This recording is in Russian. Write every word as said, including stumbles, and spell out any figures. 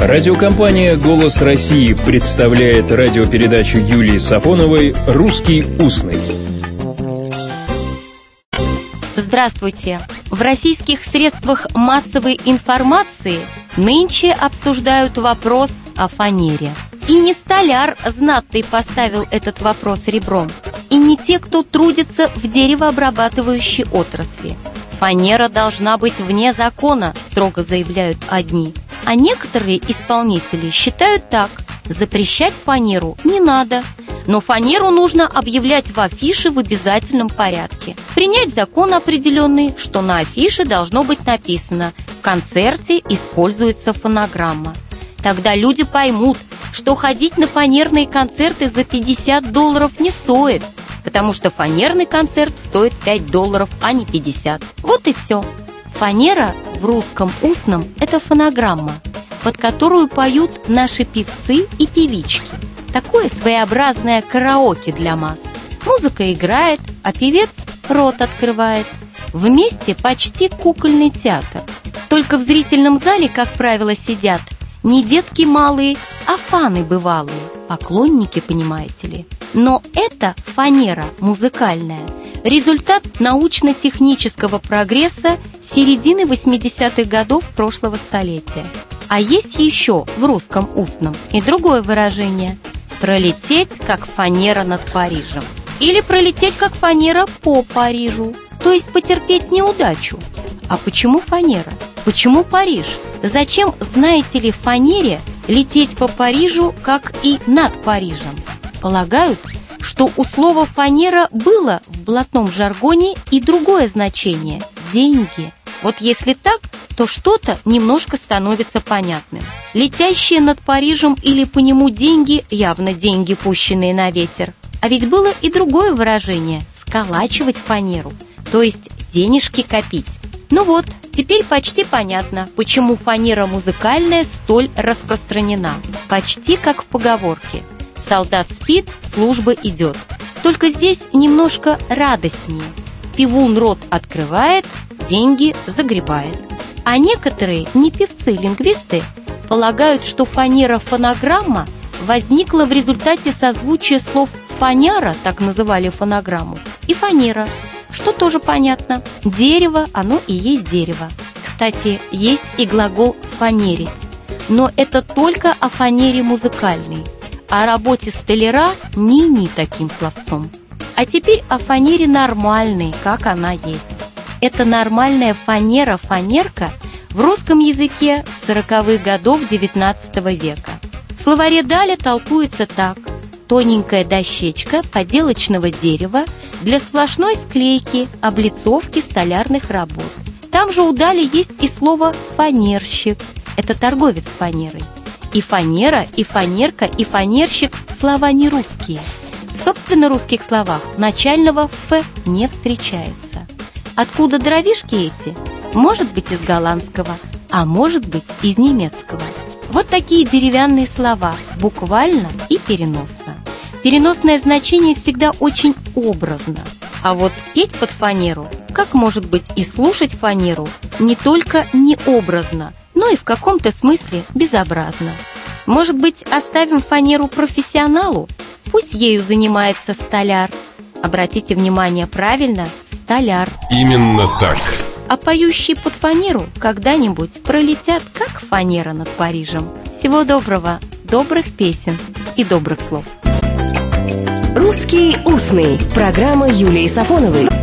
Радиокомпания «Голос России» представляет радиопередачу Юлии Сафоновой «Русский устный». Здравствуйте! В российских средствах массовой информации нынче обсуждают вопрос о фанере. И не столяр знатный поставил этот вопрос ребром, и не те, кто трудится в деревообрабатывающей отрасли. Фанера должна быть вне закона, строго заявляют одни. А некоторые исполнители считают так: запрещать фанеру не надо, но фанеру нужно объявлять в афише в обязательном порядке. Принять закон определенный, что на афише должно быть написано: в концерте используется фонограмма. Тогда люди поймут, что ходить на фанерные концерты за пятьдесят долларов не стоит, потому что фанерный концерт стоит пять долларов, а не пятьдесят. Вот и все. Фанера в русском устном – это фонограмма, под которую поют наши певцы и певички. Такое своеобразное караоке для масс. Музыка играет, а певец рот открывает. Вместе почти кукольный театр. Только в зрительном зале, как правило, сидят не детки малые, а фаны бывалые, поклонники, понимаете ли. Но это фанера музыкальная – результат научно-технического прогресса середины восьмидесятых годов прошлого столетия. А есть еще в русском устном и другое выражение – пролететь, как фанера над Парижем. Или пролететь, как фанера по Парижу, то есть потерпеть неудачу. А почему фанера? Почему Париж? Зачем, знаете ли, фанере лететь по Парижу, как и над Парижем? Полагают, что у слова «фанера» было в блатном жаргоне и другое значение – деньги. Вот если так, то что-то немножко становится понятным. Летящие над Парижем или по нему деньги – явно деньги, пущенные на ветер. А ведь было и другое выражение – сколачивать фанеру, то есть денежки копить. Ну вот, теперь почти понятно, почему фанера музыкальная столь распространена. Почти как в поговорке: солдат спит, служба идет. Только здесь немножко радостнее. Певун рот открывает, деньги загребает. А некоторые не певцы-лингвисты полагают, что фанера-фонограмма возникла в результате созвучия слов «фаняра», так называли фонограмму, и «фанера», что тоже понятно. Дерево, оно и есть дерево. Кстати, есть и глагол «фанерить», но это только о фанере музыкальной. О работе столяра ни-ни таким словцом. А теперь о фанере нормальной, как она есть. Это нормальная фанера, фанерка в русском языке сороковых годов девятнадцатого века. В словаре Даля толкуется так: тоненькая дощечка поделочного дерева для сплошной склейки, облицовки столярных работ. Там же у Даля есть и слово «фанерщик». Это торговец фанерой. И фанера, и фанерка, и фанерщик – слова не русские. В собственно русских словах начального «ф» не встречается. Откуда дровишки эти? Может быть, из голландского, а может быть, из немецкого. Вот такие деревянные слова, буквально и переносно. Переносное значение всегда очень образно. А вот петь под фанеру, как может быть и слушать фанеру, не только необразно, но и в каком-то смысле безобразно. Может быть, оставим фанеру профессионалу? Пусть ею занимается столяр. Обратите внимание, правильно, столяр. Именно так. А поющие под фанеру когда-нибудь пролетят, как фанера над Парижем. Всего доброго, добрых песен и добрых слов. «Русский устный». Программа Юлии Сафоновой.